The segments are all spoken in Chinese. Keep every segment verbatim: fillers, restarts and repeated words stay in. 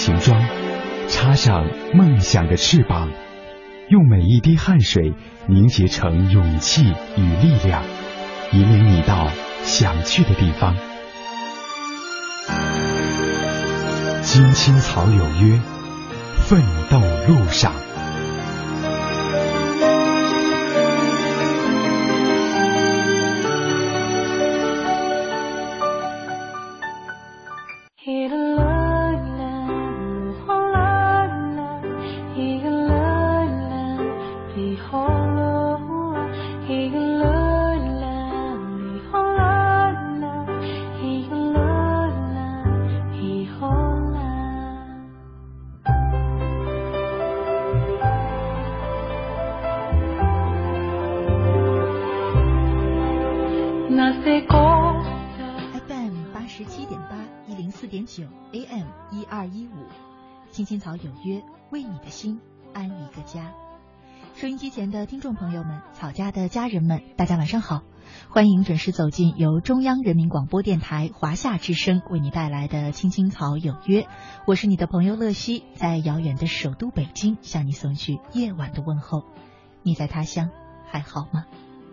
行装，插上梦想的翅膀，用每一滴汗水凝结成勇气与力量，引领你到想去的地方。金青草有约，奋斗路上。 青青草有约，为你的心安一个家。收音机前的听众朋友们，草家的家人们，大家晚上好，欢迎准时走进由中央人民广播电台华夏之声为你带来的青青草有约。我是你的朋友乐西，在遥远的首都北京向你送去夜晚的问候。你在他乡还好吗？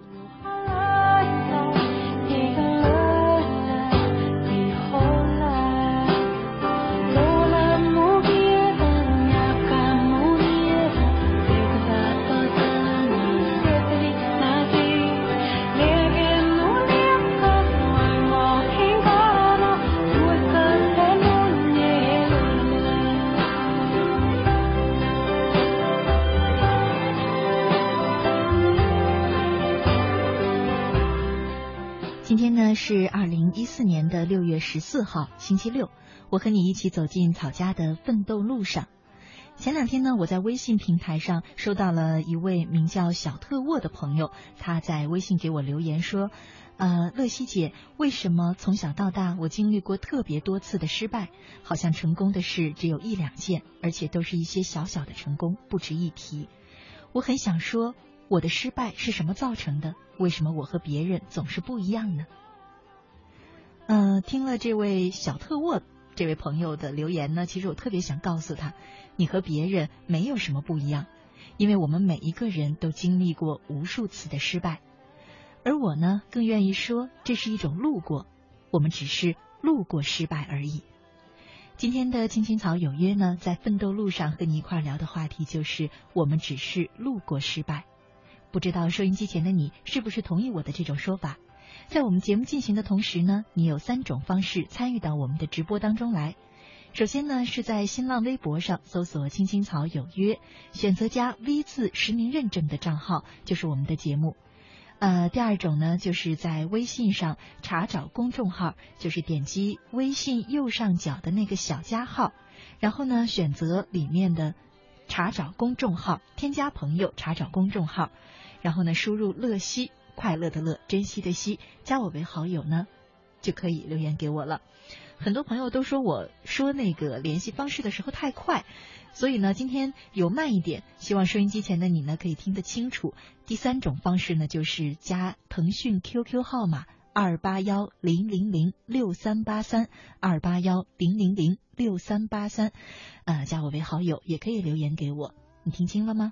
今天呢是二零一四年的六月十四号，星期六。我和你一起走进草家的奋斗路上。前两天呢，我在微信平台上收到了一位名叫小特沃的朋友，他在微信给我留言说，呃，乐西姐，为什么从小到大我经历过特别多次的失败，好像成功的事只有一两件，而且都是一些小小的成功，不值一提。我很想说，我的失败是什么造成的？为什么我和别人总是不一样呢？呃，听了这位小特沃这位朋友的留言呢，其实我特别想告诉他，你和别人没有什么不一样，因为我们每一个人都经历过无数次的失败。而我呢，更愿意说，这是一种路过，我们只是路过失败而已。今天的青青草有约呢，在奋斗路上和你一块聊的话题就是我们只是路过失败。不知道收音机前的你是不是同意我的这种说法？在我们节目进行的同时呢，你有三种方式参与到我们的直播当中来。首先呢，是在新浪微博上搜索青青草有约，选择加 V 字实名认证的账号，就是我们的节目。呃，第二种呢，就是在微信上查找公众号，就是点击微信右上角的那个小加号，然后呢，选择里面的查找公众号，添加朋友，查找公众号，然后呢，输入乐西，快乐的乐，珍惜的惜，加我为好友呢，就可以留言给我了。很多朋友都说我说那个联系方式的时候太快，所以呢，今天有慢一点，希望收音机前的你呢可以听得清楚。第三种方式呢，就是加腾讯 Q Q 号码二八幺零零零六三八三二八幺零零零六三八三，呃，加我为好友，也可以留言给我。你听清了吗？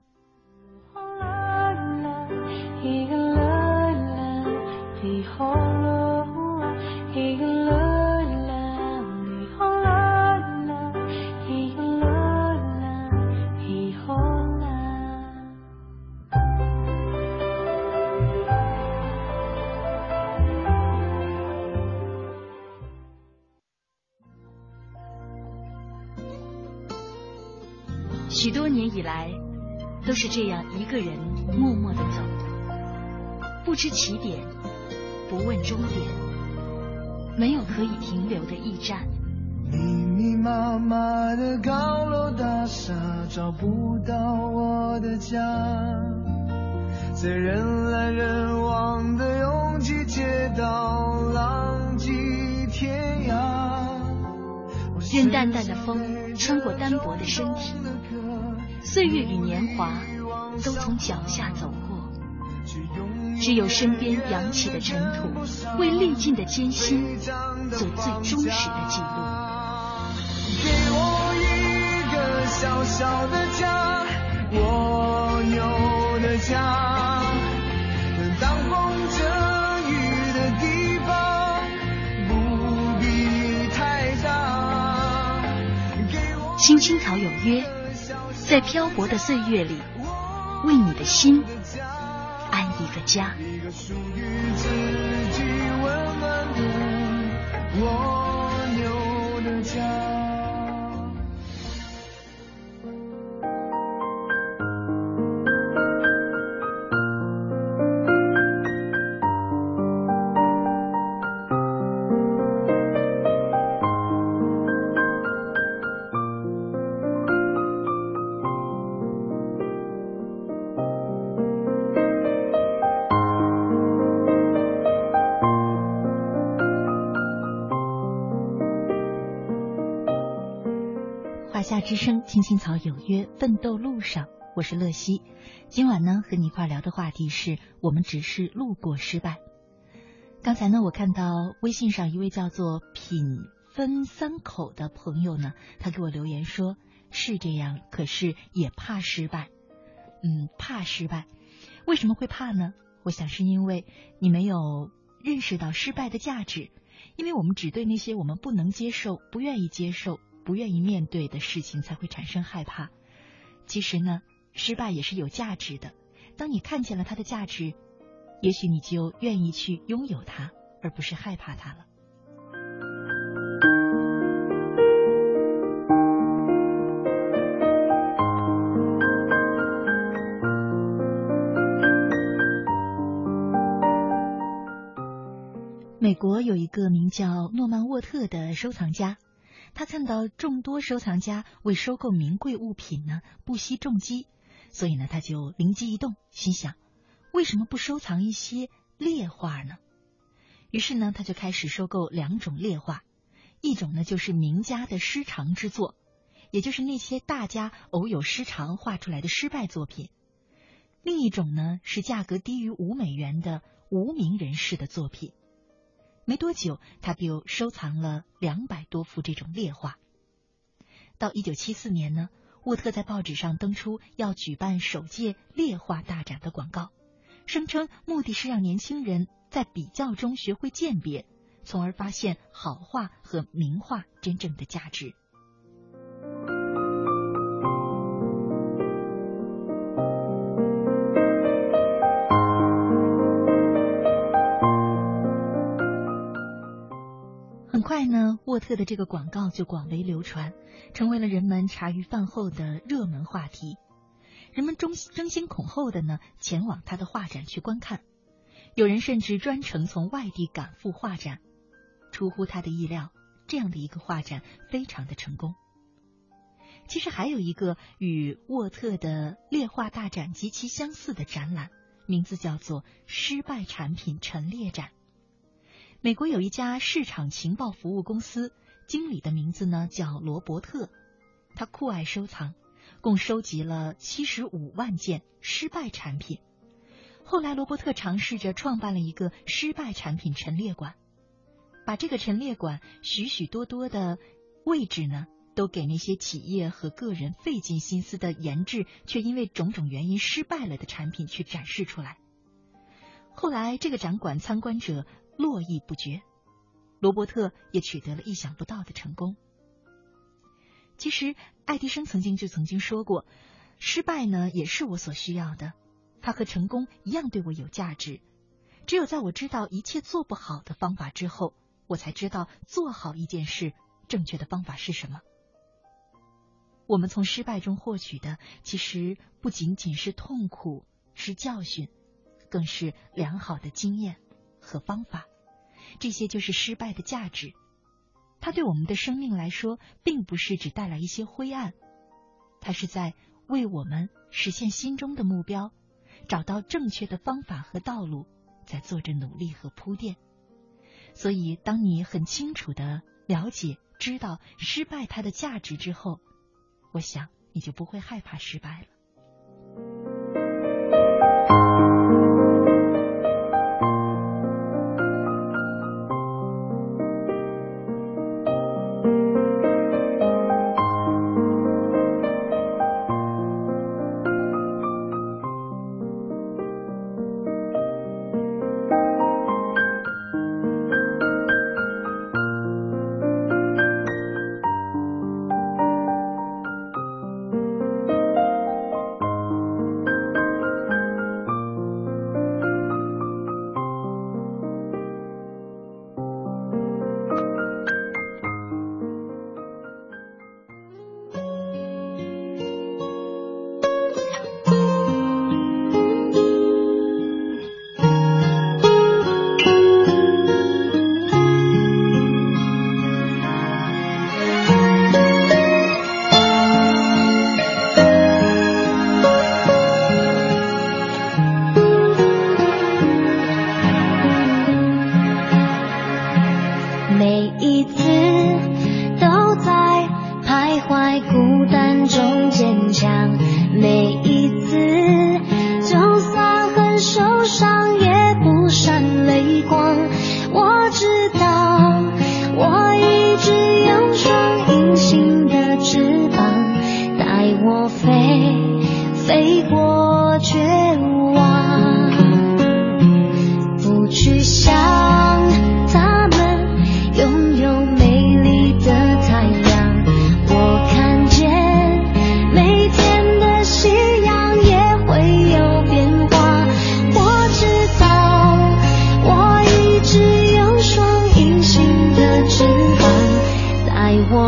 许多年以来，都是这样一个人默默地走，不知起点，不问终点，没有可以停留的驿站。 密密麻麻的高楼大厦，找不到我的家，在人来人往的拥挤街道，浪迹天涯。 任淡淡的风穿过单薄的身体，岁月与年华都从脚下走过，只有身边扬起的尘土，为历尽的艰辛做最忠实的记录。 给我一小小的家，我有的家，当风遮雨的地方不必太大。 青青草有约，在漂泊的岁月里，为你的心安一个家。 一个属于自己温暖的我有的家。 夏之声，青青草有约，奋斗路上，我是乐西。今晚呢，和你一块聊的话题是我们只是路过失败。刚才呢，我看到微信上一位叫做品分三口的朋友呢，他给我留言说，是这样，可是也怕失败。嗯，怕失败，为什么会怕呢？我想是因为你没有认识到失败的价值，因为我们只对那些我们不能接受、不愿意接受、不愿意面对的事情才会产生害怕。其实呢，失败也是有价值的。当你看见了它的价值，也许你就愿意去拥有它，而不是害怕它了。美国有一个名叫诺曼沃特的收藏家，他看到众多收藏家为收购名贵物品呢不惜重击，所以呢他就灵机一动，心想为什么不收藏一些劣画呢？于是呢他就开始收购两种劣画，一种呢就是名家的失常之作，也就是那些大家偶有失常画出来的失败作品；另一种呢是价格低于五美元的无名人士的作品。没多久，他就收藏了两百多幅这种劣画。到一九七四年呢，沃特在报纸上登出要举办首届劣画大展的广告，声称目的是让年轻人在比较中学会鉴别，从而发现好画和名画真正的价值。很快呢，沃特的这个广告就广为流传，成为了人们茶余饭后的热门话题。人们争争先恐后的呢前往他的画展去观看，有人甚至专程从外地赶赴画展。出乎他的意料，这样的一个画展非常的成功。其实还有一个与沃特的劣画大展极其相似的展览，名字叫做失败产品陈列展。美国有一家市场情报服务公司，经理的名字呢叫罗伯特，他酷爱收藏，共收集了七十五万件失败产品。后来罗伯特尝试着创办了一个失败产品陈列馆，把这个陈列馆许许多多的位置呢都给那些企业和个人费尽心思的研制却因为种种原因失败了的产品去展示出来。后来这个展馆参观者络绎不绝，罗伯特也取得了意想不到的成功。其实爱迪生曾经就曾经说过，失败呢也是我所需要的，它和成功一样对我有价值。只有在我知道一切做不好的方法之后，我才知道做好一件事正确的方法是什么。我们从失败中获取的其实不仅仅是痛苦，是教训，更是良好的经验和方法，这些就是失败的价值。它对我们的生命来说，并不是只带来一些灰暗，它是在为我们实现心中的目标，找到正确的方法和道路，在做着努力和铺垫。所以当你很清楚地了解知道失败它的价值之后，我想你就不会害怕失败了。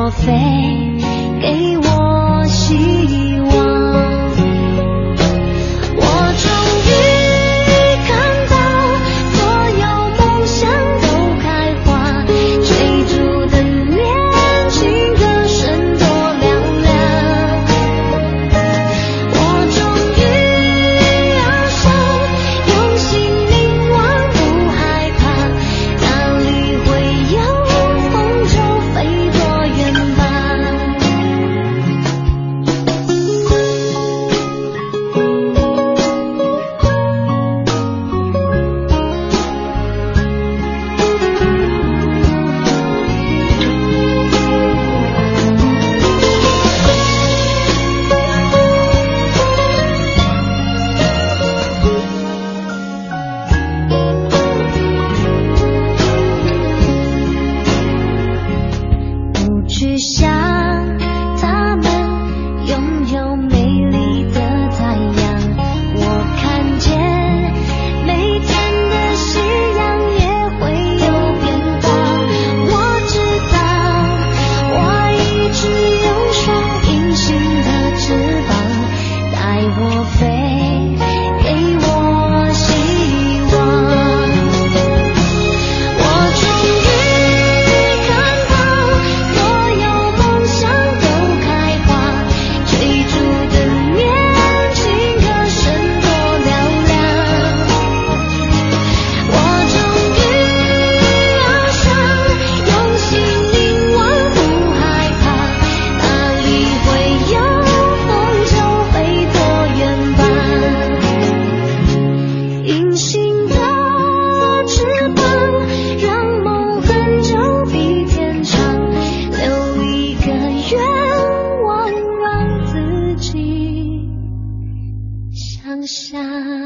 我飞，给我希望。我终于看到所有梦想都开花，追逐的年轻歌声多嘹亮。我终于翱翔，用心凝望，不害怕，哪里会有风就飞多远吧。不去想他们拥有美丽的太阳，我看见每天的夕阳也会有变化。我知道我一直有双隐形的翅膀，带我飞，给我希望。我终于看到所有梦想都开花，追逐的年轻歌声多嘹亮。我终于翱翔，用心凝望，不害怕，哪里会有风就飞多远吧。隐形的翅膀，让梦很久比天长，留一个愿望让自己想象。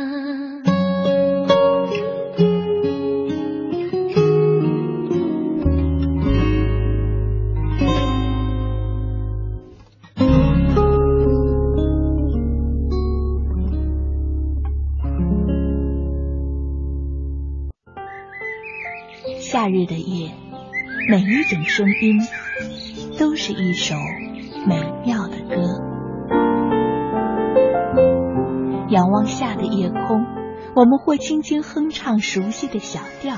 夏日的夜，每一种声音都是一首美妙的歌。仰望夏的夜空，我们会轻轻哼唱熟悉的小调。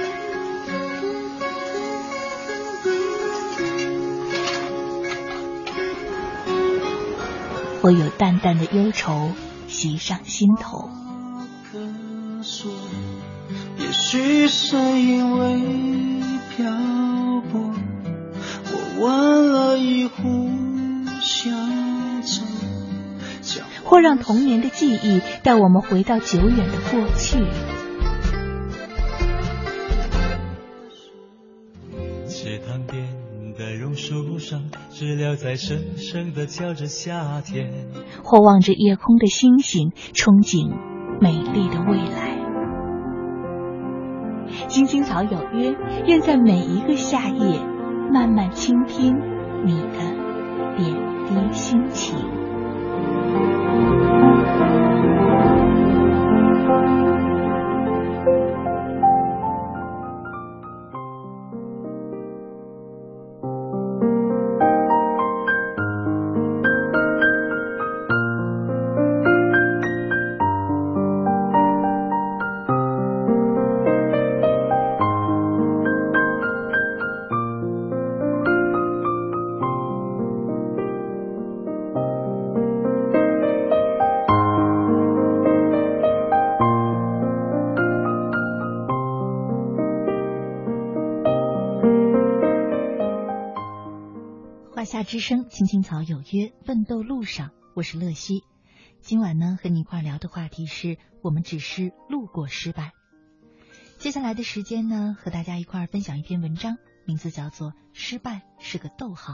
会有淡淡的忧愁袭上心头。 可说，也许是因为漂泊，我问了一壶小酒， 或让童年的记忆带我们回到久远的过去。 池塘边的榕树上，知了在深深地叫着夏天， 或望着夜空的星星，憧憬美丽的未来。青青草有约，愿在每一个夏夜慢慢倾听你的点滴心情。 华夏之声，青青草有约，奋斗路上，我是乐西。今晚呢，和你一块聊的话题是我们只是路过失败。接下来的时间呢，和大家一块分享一篇文章，名字叫做《失败是个逗号》。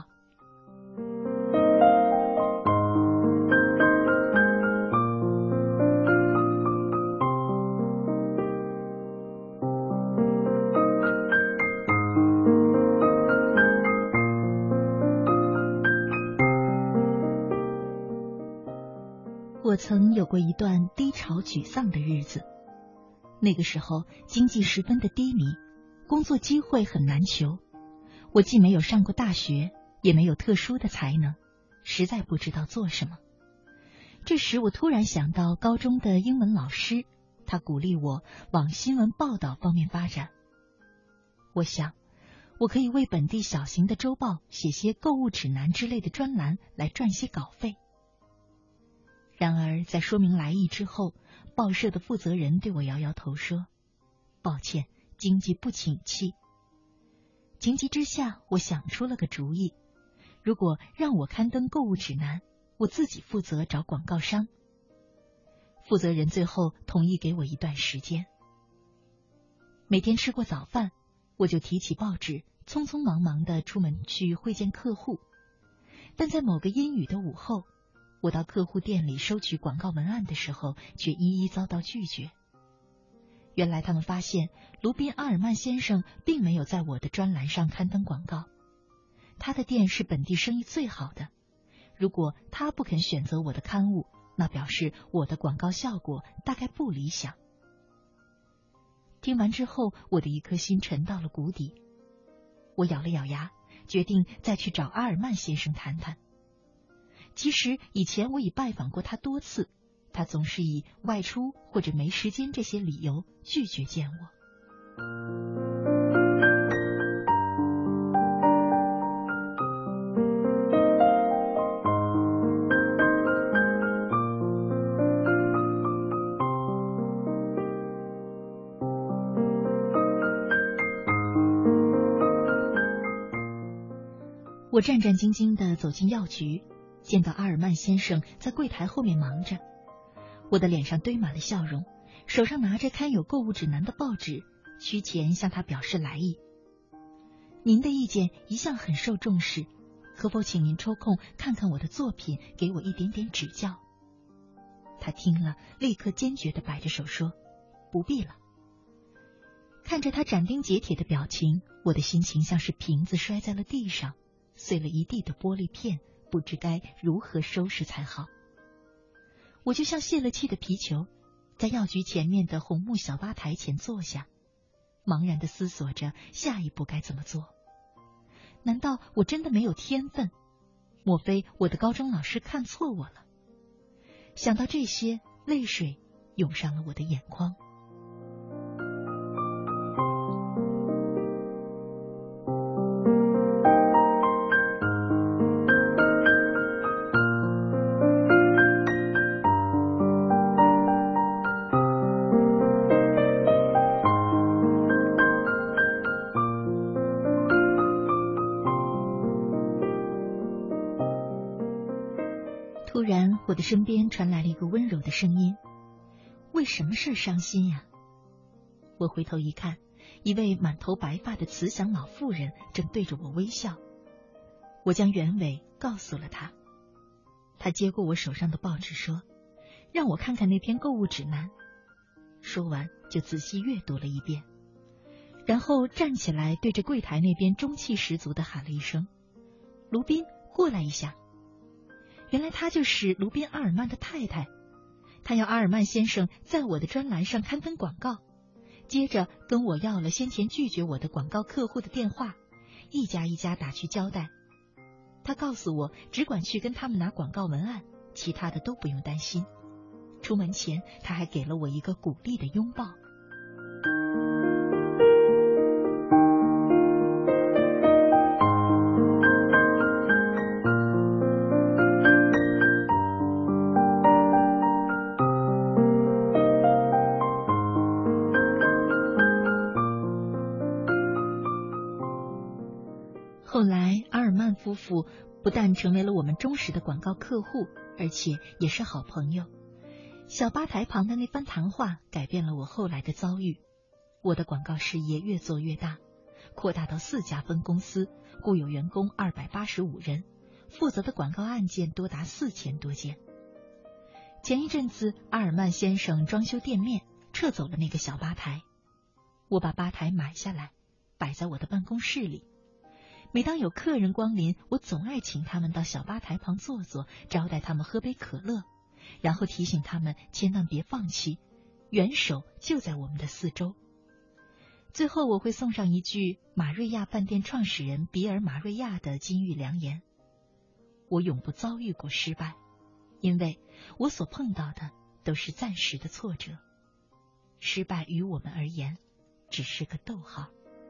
我曾有过一段低潮沮丧的日子，那个时候经济十分的低迷，工作机会很难求。我既没有上过大学， 也没有特殊的才能，实在不知道做什么。这时我突然想到高中的英文老师，他鼓励我往新闻报道方面发展。我想，我可以为本地小型的周报写些购物指南之类的专栏来赚些稿费。然而在说明来意之后，报社的负责人对我摇摇头说，抱歉，经济不景气。情急之下，我想出了个主意，如果让我刊登购物指南，我自己负责找广告商。负责人最后同意给我一段时间。每天吃过早饭，我就提起报纸，匆匆忙忙地出门去会见客户。但在某个阴雨的午后，我到客户店里收取广告文案的时候，却一一遭到拒绝。原来他们发现卢宾阿尔曼先生并没有在我的专栏上刊登广告，他的店是本地生意最好的，如果他不肯选择我的刊物，那表示我的广告效果大概不理想。听完之后，我的一颗心沉到了谷底。我咬了咬牙，决定再去找阿尔曼先生谈谈。其实以前我已拜访过他多次，他总是以外出或者没时间这些理由拒绝见我。我战战兢兢地走进药局，见到阿尔曼先生在柜台后面忙着。我的脸上堆满了笑容，手上拿着刊有购物指南的报纸，趋前向他表示来意。您的意见一向很受重视，可否请您抽空看看我的作品，给我一点点指教？他听了，立刻坚决地摆着手说，不必了。看着他斩钉截铁的表情，我的心情像是瓶子摔在了地上，碎了一地的玻璃片，不知该如何收拾才好。我就像泄了气的皮球，在药局前面的红木小吧台前坐下，茫然地思索着下一步该怎么做。难道我真的没有天分？莫非我的高中老师看错我了？想到这些，泪水涌上了我的眼眶。突然，我的身边传来了一个温柔的声音，为什么事伤心呀？我回头一看，一位满头白发的慈祥老妇人正对着我微笑。我将原委告诉了她。她接过我手上的报纸说，让我看看那篇购物指南。说完就仔细阅读了一遍，然后站起来对着柜台那边中气十足地喊了一声，卢宾，过来一下。原来她就是卢宾阿尔曼的太太，她要阿尔曼先生在我的专栏上刊登广告，接着跟我要了先前拒绝我的广告客户的电话，一家一家打去交代。她告诉我只管去跟他们拿广告文案，其他的都不用担心。出门前她还给了我一个鼓励的拥抱。后来阿尔曼夫妇不但成为了我们忠实的广告客户，而且也是好朋友。小吧台旁的那番谈话改变了我后来的遭遇，我的广告事业越做越大，扩大到四家分公司，雇有员工二百八十五人，负责的广告案件多达四千多件。前一阵子阿尔曼先生装修店面，撤走了那个小吧台，我把吧台买下来摆在我的办公室里。每当有客人光临，我总爱请他们到小吧台旁坐坐，招待他们喝杯可乐，然后提醒他们千万别放弃，援手就在我们的四周。 最后我会送上一句马瑞亚饭店创始人比尔·马瑞亚的金玉良言：我永不遭遇过失败，因为我所碰到的都是暂时的挫折，失败于我们而言只是个逗号。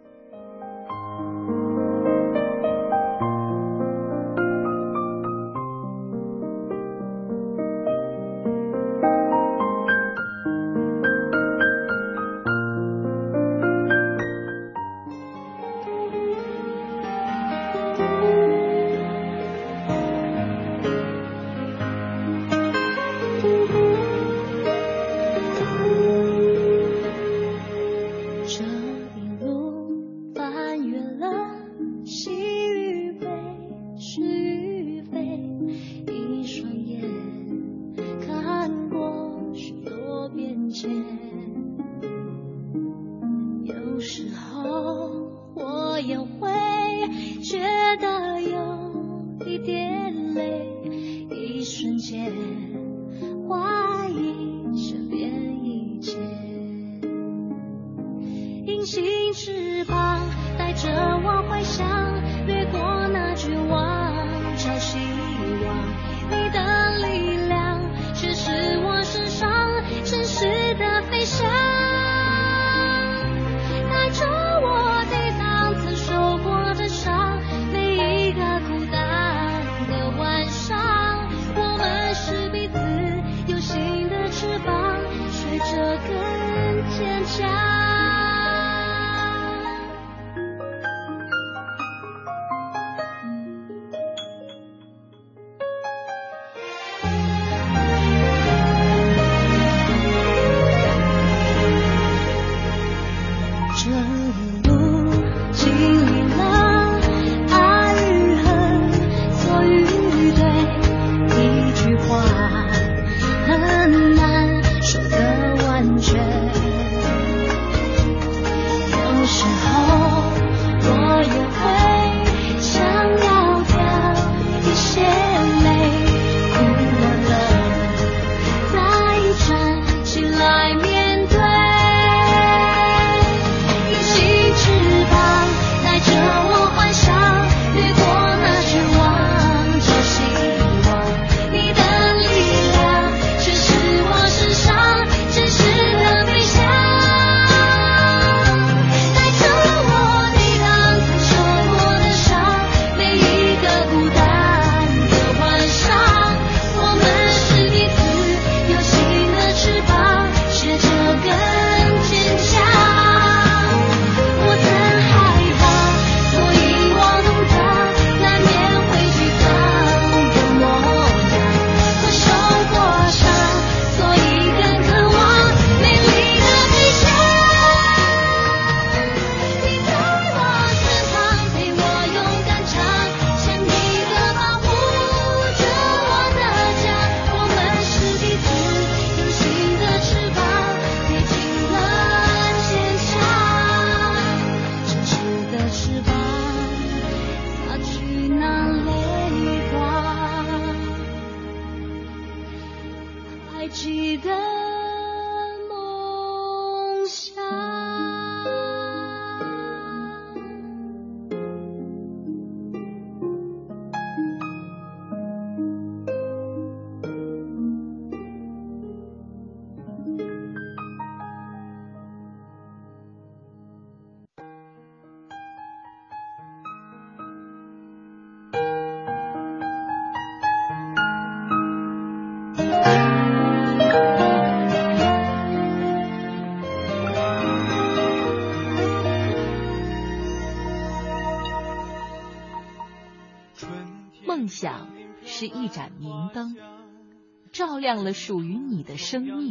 梦想是一盏明灯，照亮了属于你的生命。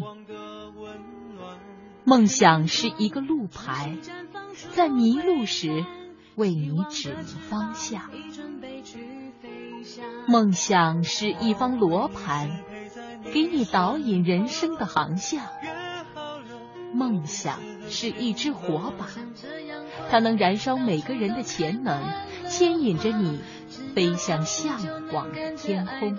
梦想是一个路牌，在迷路时为你指明方向。梦想是一方罗盘，给你导引人生的航向。梦想是一支火把，它能燃烧每个人的潜能，牵引着你飞向向往的天空。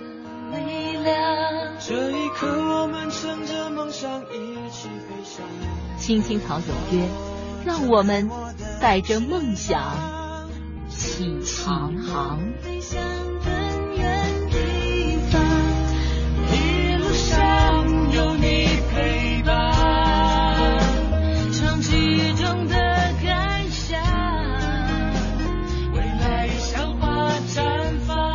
这一刻我们乘着梦想一起飞翔。 青青草有约， 让我们带着梦想起航。 一路上有你陪伴，长期中的感想，未来像花绽放。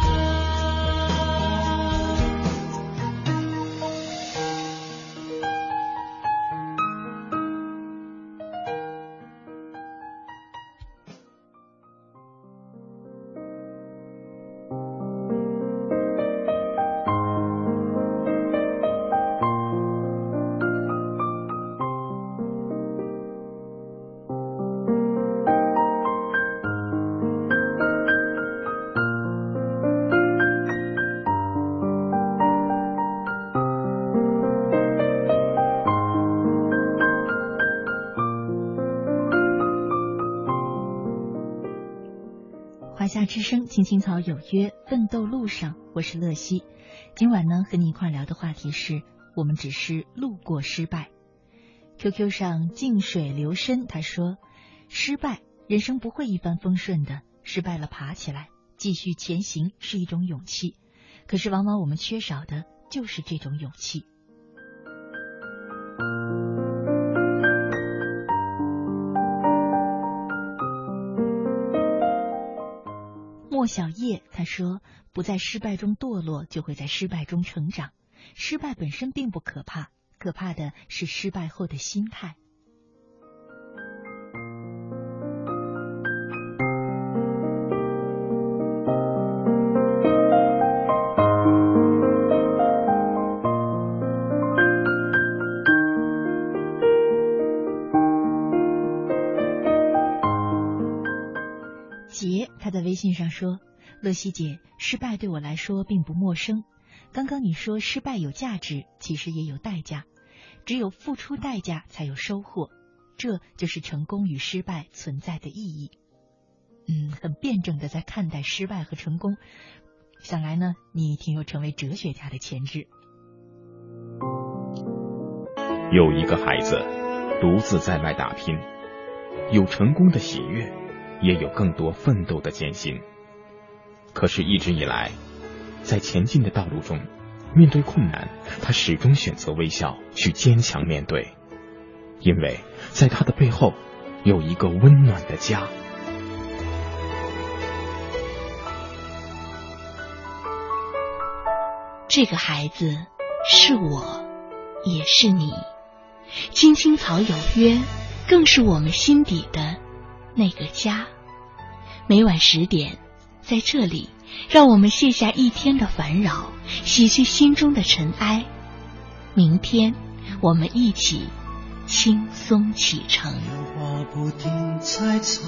华夏之声，青青草有约，奋斗路上，我是乐西。今晚呢，和你一块聊的话题是我们只是路过失败。Q Q 上静水流深，他说，失败，人生不会一帆风顺的，失败了爬起来，继续前行是一种勇气，可是往往我们缺少的就是这种勇气。莫小叶他说，不在失败中堕落，就会在失败中成长。失败本身并不可怕，可怕的是失败后的心态。杰他在微信上说，乐西姐，失败对我来说并不陌生。刚刚你说失败有价值，其实也有代价，只有付出代价才有收获，这就是成功与失败存在的意义。嗯，很辩证的在看待失败和成功，想来呢，你挺有成为哲学家的潜质。 有一个孩子独自在外打拼，有成功的喜悦，也有更多奋斗的艰辛。可是一直以来，在前进的道路中，面对困难，他始终选择微笑，去坚强面对，因为在他的背后有一个温暖的家。 这个孩子是我，也是你。青青草有约，更是我们心底的那个家。每晚十点，在这里，让我们卸下一天的烦扰，洗去心中的尘埃。明天，我们一起轻松启程。 电话不停在吵，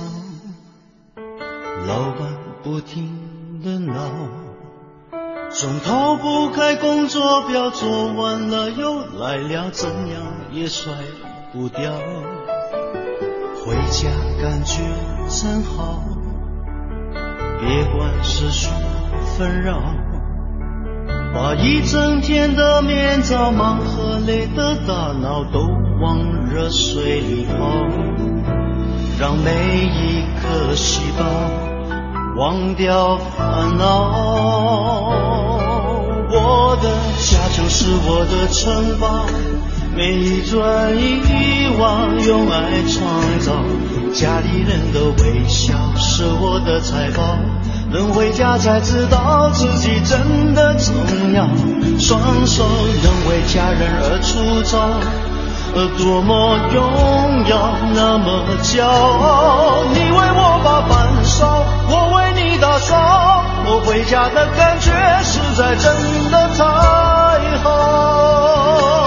老板不停的闹，总逃不开工作表，做完了又来了，怎样也甩不掉。回家感觉真好，别管世俗纷扰，把一整天的面罩、忙和累的大脑都往热水里泡，让每一颗细胞忘掉烦恼。我的家就是我的城堡，每一砖一瓦用爱创造，家里人的微笑是我的财宝，能回家才知道自己真的重要，双手能为家人而出招，多么荣耀，那么骄傲。你为我把饭烧，我为你打扫，我回家的感觉实在真的太好。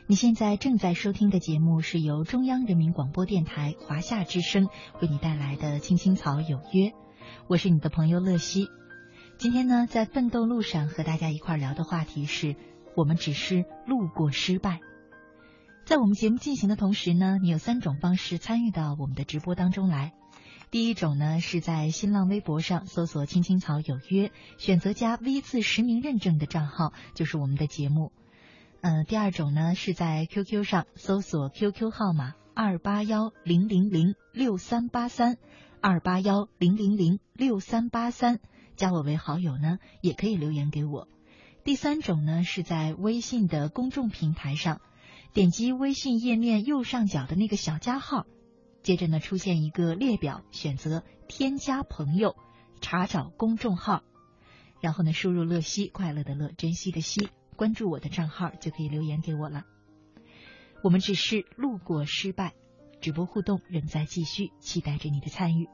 你现在正在收听的节目是由中央人民广播电台华夏之声为你带来的《青青草有约》，我是你的朋友乐西。今天呢，在奋斗路上和大家一块聊的话题是我们只是路过失败。在我们节目进行的同时呢，你有三种方式参与到我们的直播当中来。第一种呢，是在新浪微博上搜索青青草有约，选择加 V 字实名认证的账号，就是我们的节目。呃，第二种呢，是在 Q Q 上搜索 Q Q 号码二八幺零零零六三八三，二八幺零零零六三八三，加我为好友呢，也可以留言给我。第三种呢，是在微信的公众平台上，点击微信页面右上角的那个小加号，接着呢出现一个列表，选择添加朋友，查找公众号，然后呢输入乐西，快乐的乐，珍惜的惜，关注我的账号就可以留言给我了。我们只是路过失败，直播互动仍在继续，期待着你的参与。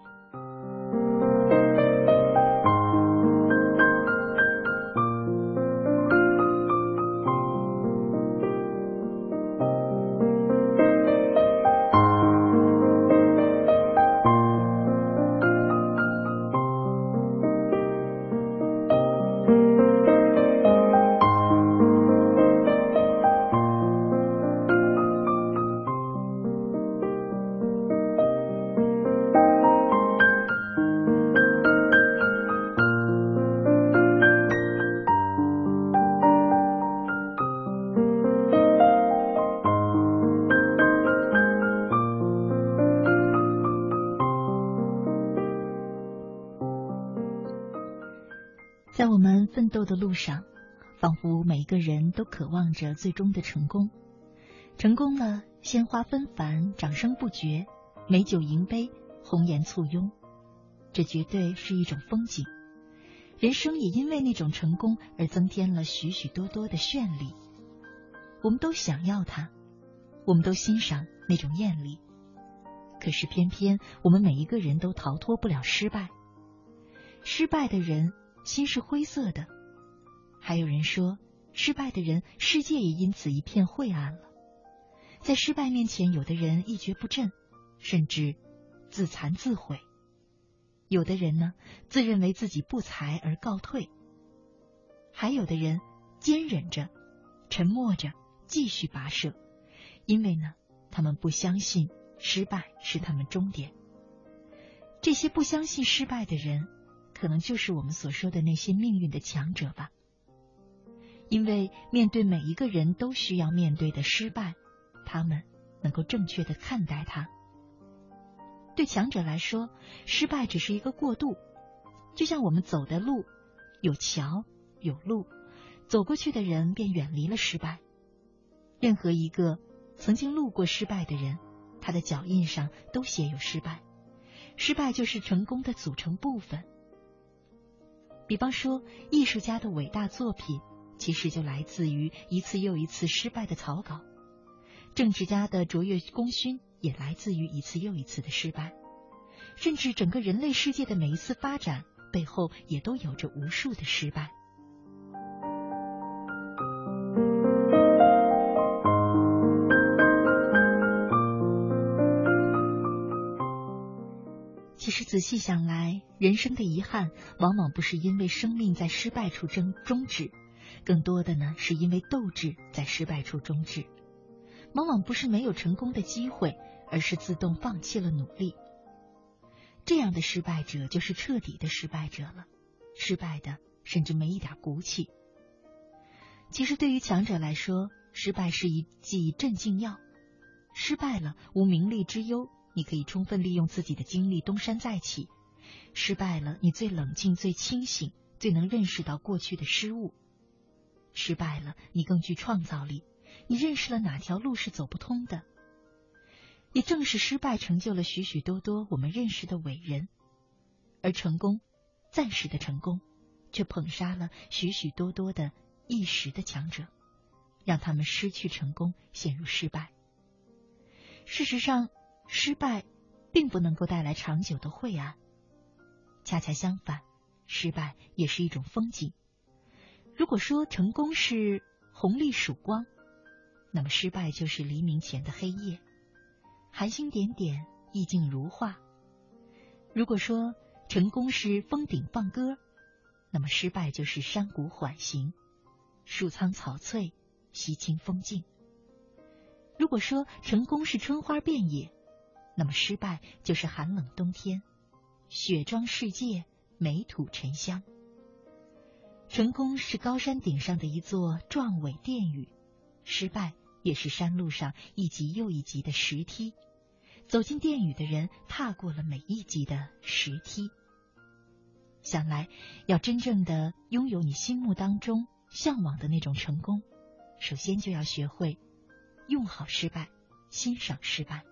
在我们奋斗的路上，仿佛每一个人都渴望着最终的成功。成功了，鲜花纷繁，掌声不绝，美酒盈杯，红颜簇拥，这绝对是一种风景。人生也因为那种成功而增添了许许多多的绚丽。我们都想要它，我们都欣赏那种艳丽，可是偏偏我们每一个人都逃脱不了失败。失败的人心是灰色的，还有人说，失败的人世界也因此一片晦暗了。在失败面前，有的人一蹶不振，甚至自残自毁；有的人呢，自认为自己不才而告退；还有的人坚忍着，沉默着，继续跋涉，因为呢，他们不相信失败是他们终点。这些不相信失败的人，可能就是我们所说的那些命运的强者吧。因为面对每一个人都需要面对的失败，他们能够正确的看待它。对强者来说，失败只是一个过渡，就像我们走的路，有桥有路，走过去的人便远离了失败。任何一个曾经路过失败的人，他的脚印上都写有失败，失败就是成功的组成部分。比方说，艺术家的伟大作品其实就来自于一次又一次失败的草稿，政治家的卓越功勋也来自于一次又一次的失败，甚至整个人类世界的每一次发展背后也都有着无数的失败。其实仔细想来，人生的遗憾往往不是因为生命在失败处终终止，更多的呢是因为斗志在失败处终止。往往不是没有成功的机会，而是自动放弃了努力。这样的失败者就是彻底的失败者了，失败的甚至没一点骨气。其实对于强者来说，失败是一剂镇静药。失败了，无名利之忧，你可以充分利用自己的精力东山再起。失败了，你最冷静，最清醒，最能认识到过去的失误。失败了，你更具创造力，你认识了哪条路是走不通的。也正是失败成就了许许多多我们认识的伟人，而成功，暂时的成功，却捧杀了许许多多的一时的强者，让他们失去成功，陷入失败。事实上，失败并不能够带来长久的晦暗，恰恰相反，失败也是一种风景。如果说成功是红利曙光， 那么失败就是黎明前的黑夜，繁星点点，意境如画。如果说成功是峰顶放歌，那么失败就是山谷缓行，树苍草翠，溪清风静。如果说成功是春花遍野，那么失败就是寒冷冬天，雪装世界，美土沉香。成功是高山顶上的一座壮伟殿宇，失败也是山路上一级又一级的石梯，走进殿宇的人踏过了每一级的石梯。想来要真正的拥有你心目当中向往的那种成功，首先就要学会用好失败，欣赏失败。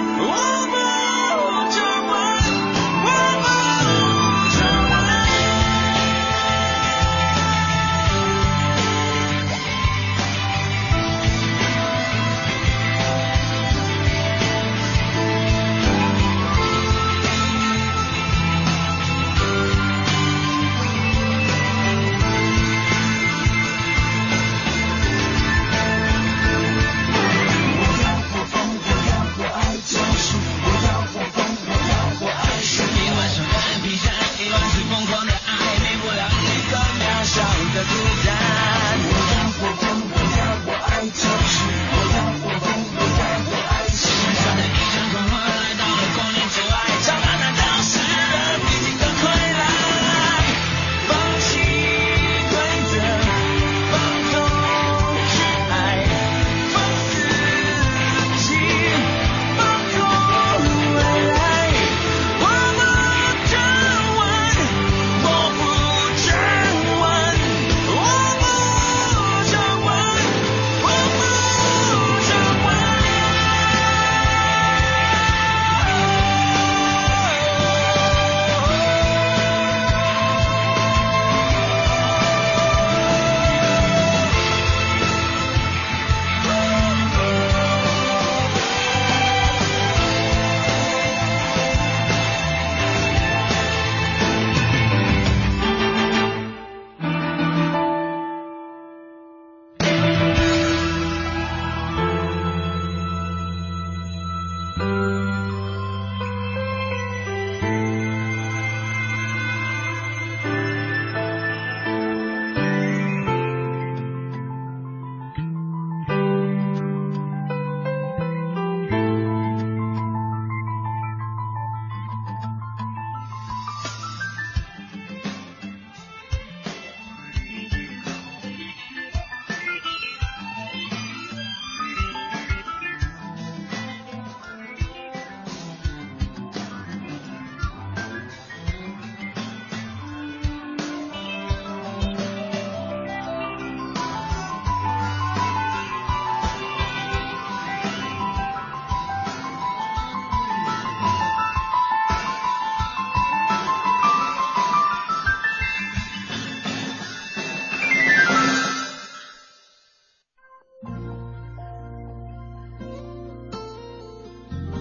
我不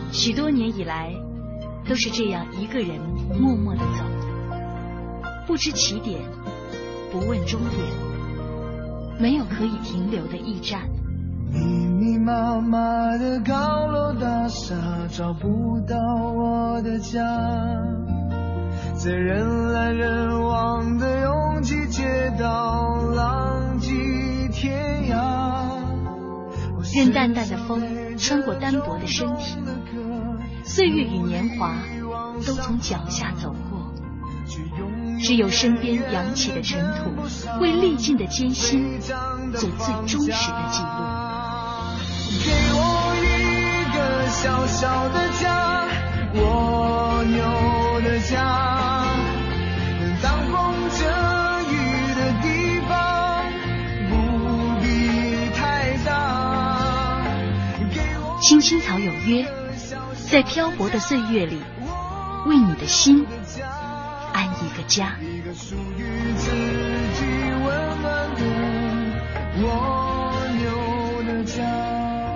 许多年以来，都是这样一个人默默地走，不知起点，不问终点，没有可以停留的驿站。 密密麻麻的高楼大厦，找不到我的家，在人来人往的拥挤街道，浪迹天涯。 任淡淡的风穿过单薄的身体，岁月与年华都从脚下走过，只有身边扬起的尘土，为历尽的艰辛做最忠实的记录。 给我一个小小的家，蜗牛的家，当风遮雨的地方不必太大。 青青草有约，在漂泊的岁月里，为你的心安一个家。 一个属于自己温暖的蜗牛的家。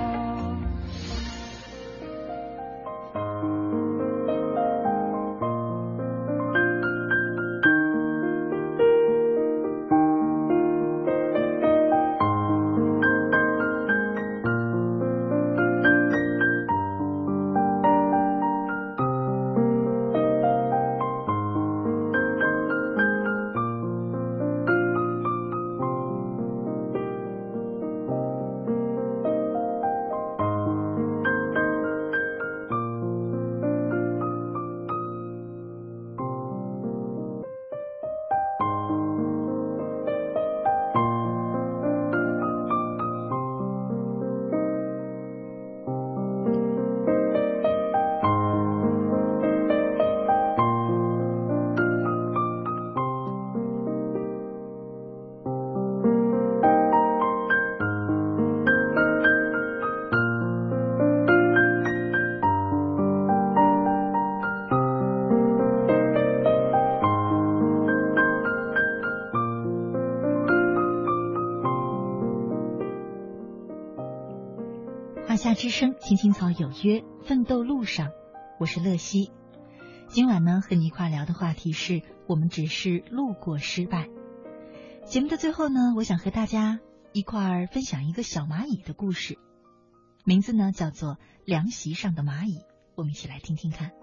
华夏之声，青青草有约，奋斗路上，我是乐西。今晚呢，和你一块聊的话题是我们只是路过失败。节目的最后呢，我想和大家一块分享一个小蚂蚁的故事，名字呢叫做凉席上的蚂蚁，我们一起来听听看。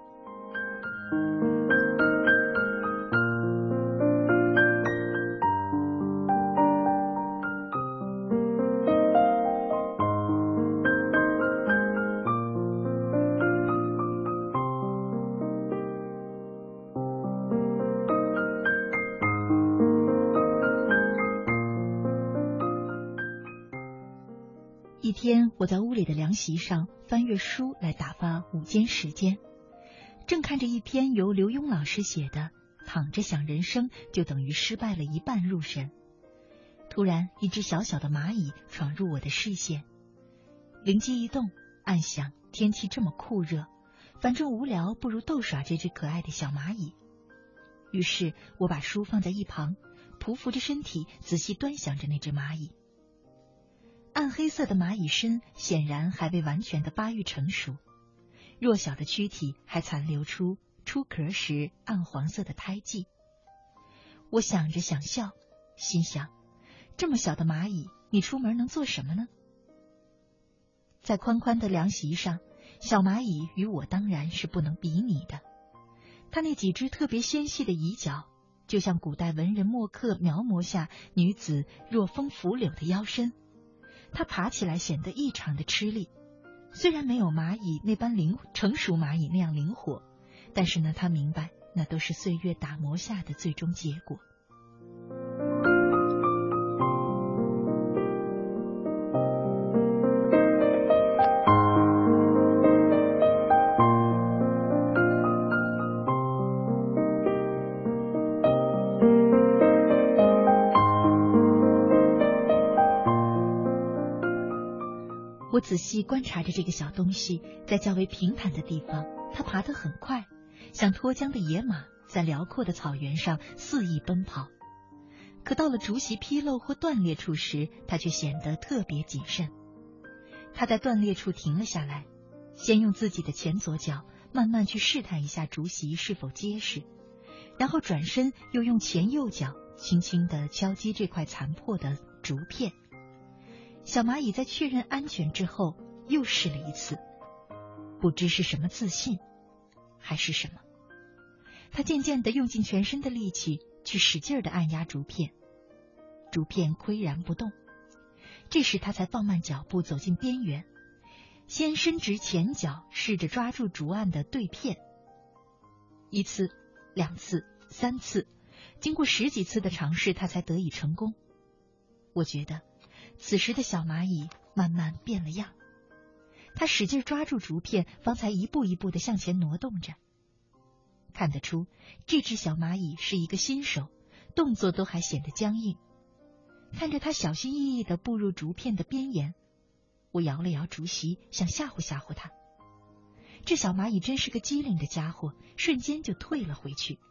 一天，我在屋里的凉席上翻阅书来打发午间时间，正看着一篇由刘墉老师写的《躺着想人生就等于失败了一半》入神。突然，一只小小的蚂蚁闯入我的视线，灵机一动，暗想天气这么酷热，反正无聊，不如逗耍这只可爱的小蚂蚁。于是我把书放在一旁，匍匐着身体，仔细端详着那只蚂蚁。暗黑色的蚂蚁身显然还未完全的发育成熟，弱小的躯体还残留出出壳时暗黄色的胎记。我想着想笑，心想，这么小的蚂蚁，你出门能做什么呢？在宽宽的凉席上，小蚂蚁与我当然是不能比拟的。它那几只特别纤细的蚁角，就像古代文人墨客描摹下女子若风拂柳的腰身。它爬起来显得异常的吃力，虽然没有蚂蚁那般灵成熟蚂蚁那样灵活，但是呢，它明白那都是岁月打磨下的最终结果。我仔细观察着这个小东西，在较为平坦的地方，它爬得很快，像脱缰的野马，在辽阔的草原上肆意奔跑。可到了竹席纰漏或断裂处时，它却显得特别谨慎。它在断裂处停了下来， 先用自己的前左脚慢慢去试探一下竹席是否结实，然后转身又用前右脚轻轻地敲击这块残破的竹片。小蚂蚁在确认安全之后又试了一次，不知是什么自信还是什么，它渐渐地用尽全身的力气去使劲地按压竹片，竹片岿然不动。这时他才放慢脚步走进边缘，先伸直前脚试着抓住竹案的对片。一次，两次，三次，经过十几次的尝试，他才得以成功。我觉得此时的小蚂蚁慢慢变了样，他使劲抓住竹片，方才一步一步地向前挪动着。看得出这只小蚂蚁是一个新手，动作都还显得僵硬。看着他小心翼翼地步入竹片的边沿，我摇了摇竹席，想吓唬吓唬他。这小蚂蚁真是个机灵的家伙，瞬间就退了回去。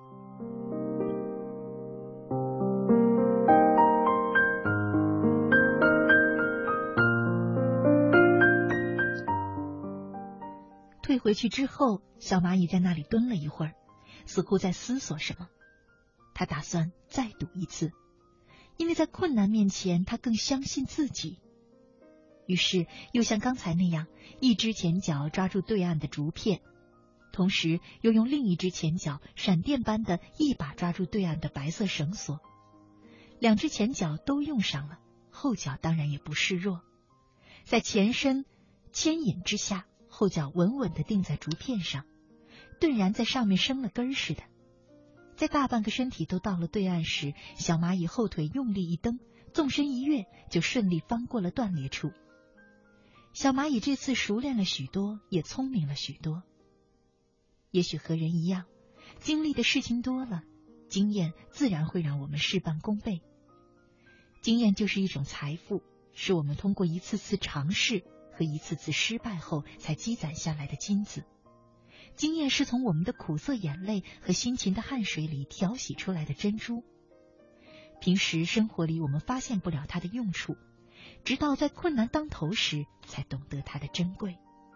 退回去之后，小蚂蚁在那里蹲了一会儿，似乎在思索什么。他打算再赌一次，因为在困难面前，他更相信自己。于是又像刚才那样，一只前脚抓住对岸的竹片，同时又用另一只前脚闪电般的一把抓住对岸的白色绳索。两只前脚都用上了，后脚当然也不示弱。在前身牵引之下，后脚稳稳地定在竹片上，顿然在上面生了根似的。在大半个身体都到了对岸时，小蚂蚁后腿用力一蹬，纵身一跃，就顺利翻过了断裂处。小蚂蚁这次熟练了许多，也聪明了许多。也许和人一样，经历的事情多了，经验自然会让我们事半功倍。经验就是一种财富，是我们通过一次次尝试和一次次失败后才积攒下来的金子。经验是从我们的苦涩眼泪和辛勤的汗水里调洗出来的珍珠。平时生活里我们发现不了它的用处，直到在困难当头时才懂得它的珍贵。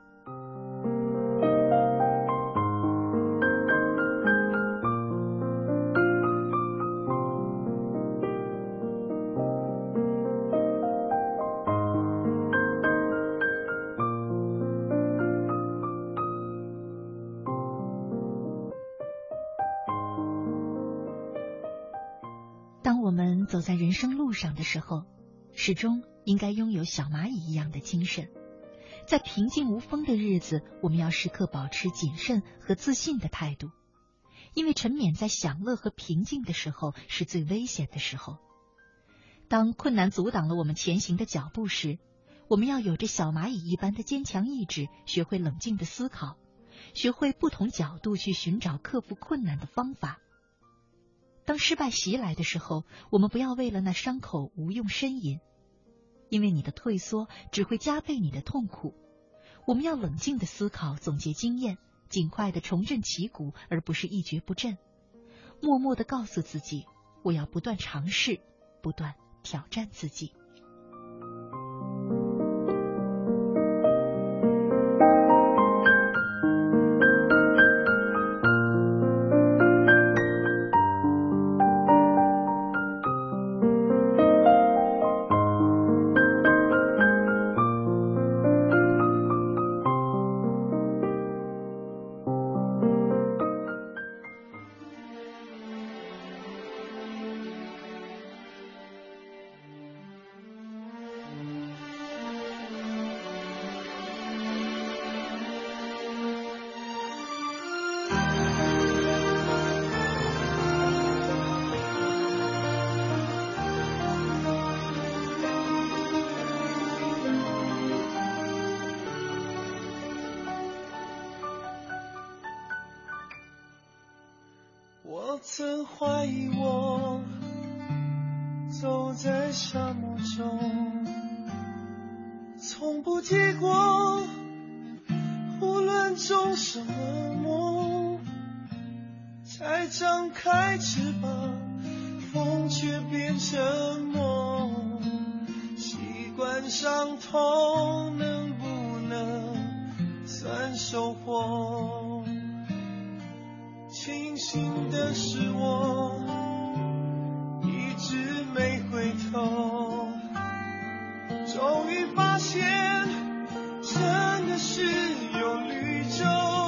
当我们走在人生路上的时候，始终应该拥有小蚂蚁一样的精神。在平静无风的日子，我们要时刻保持谨慎和自信的态度，因为沉湎在享乐和平静的时候是最危险的时候。当困难阻挡了我们前行的脚步时，我们要有着小蚂蚁一般的坚强意志，学会冷静的思考，学会不同角度去寻找克服困难的方法。当失败袭来的时候，我们不要为了那伤口无用呻吟，因为你的退缩只会加倍你的痛苦。我们要冷静的思考，总结经验，尽快的重振旗鼓，而不是一蹶不振。默默的告诉自己，我要不断尝试，不断挑战自己。 我曾怀疑我走在沙漠中，从不结果，无论种什么梦，才张开翅膀，风却变沉默。习惯伤痛，能不能算收获。庆幸的是我一直没回头，终于发现真的是有绿洲，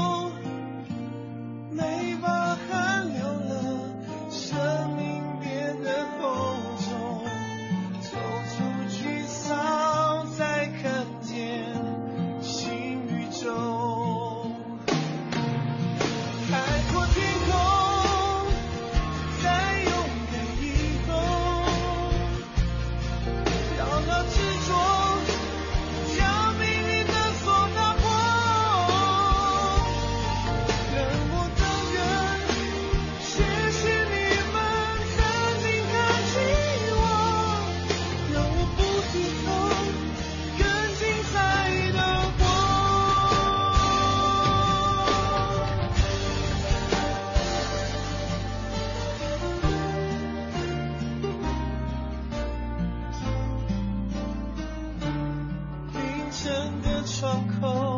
没把汗流了，生命变得厚重，走出沮丧才看见新宇宙。海阔天空，再勇敢以后，让那执着将命运的锁打破。冷漠的人，谢谢你们曾经看起我，让我不低头，更精彩的活。凌晨的窗口，